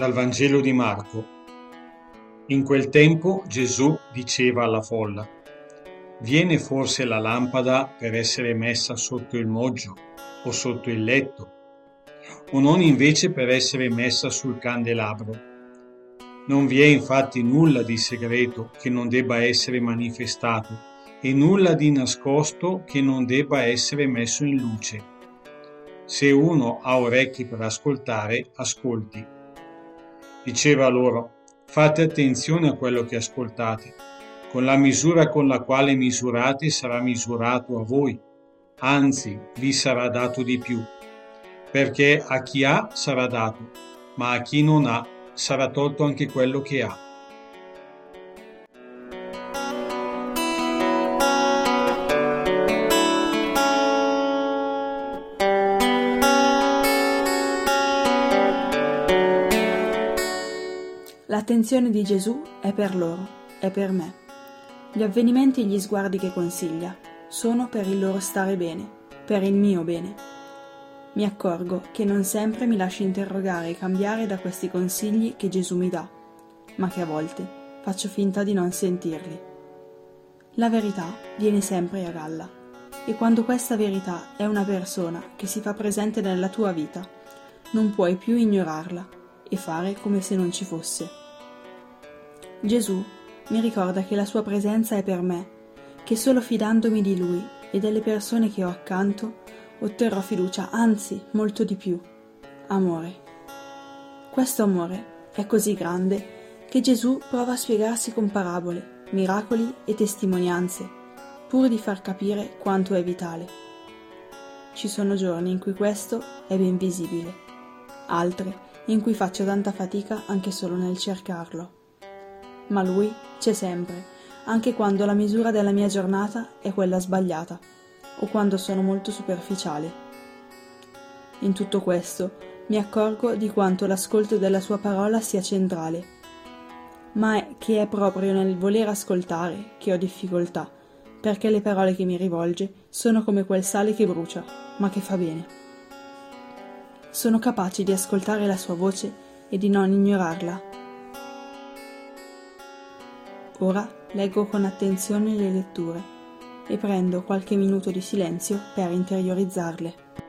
Dal Vangelo di Marco. In quel tempo Gesù diceva alla folla: «Viene forse la lampada per essere messa sotto il moggio o sotto il letto, o non invece per essere messa sul candelabro? Non vi è infatti nulla di segreto che non debba essere manifestato, e nulla di nascosto che non debba essere messo in luce. Se uno ha orecchi per ascoltare, ascolti». Diceva loro: «Fate attenzione a quello che ascoltate. Con la misura con la quale misurate sarà misurato a voi, anzi vi sarà dato di più. Perché a chi ha sarà dato, ma a chi non ha sarà tolto anche quello che ha». L'attenzione di Gesù è per loro, è per me. Gli avvenimenti e gli sguardi che consiglia sono per il loro stare bene, per il mio bene. Mi accorgo che non sempre mi lascio interrogare e cambiare da questi consigli che Gesù mi dà, ma che a volte faccio finta di non sentirli. La verità viene sempre a galla, e quando questa verità è una persona che si fa presente nella tua vita, non puoi più ignorarla e fare come se non ci fosse. Gesù mi ricorda che la sua presenza è per me, che solo fidandomi di Lui e delle persone che ho accanto otterrò fiducia, anzi molto di più, amore. Questo amore è così grande che Gesù prova a spiegarsi con parabole, miracoli e testimonianze, pur di far capire quanto è vitale. Ci sono giorni in cui questo è ben visibile, altri in cui faccio tanta fatica anche solo nel cercarlo. Ma Lui c'è sempre, anche quando la misura della mia giornata è quella sbagliata, o quando sono molto superficiale. In tutto questo mi accorgo di quanto l'ascolto della sua parola sia centrale, ma è che è proprio nel voler ascoltare che ho difficoltà, perché le parole che mi rivolge sono come quel sale che brucia, ma che fa bene. Sono capace di ascoltare la sua voce e di non ignorarla. Ora leggo con attenzione le letture e prendo qualche minuto di silenzio per interiorizzarle.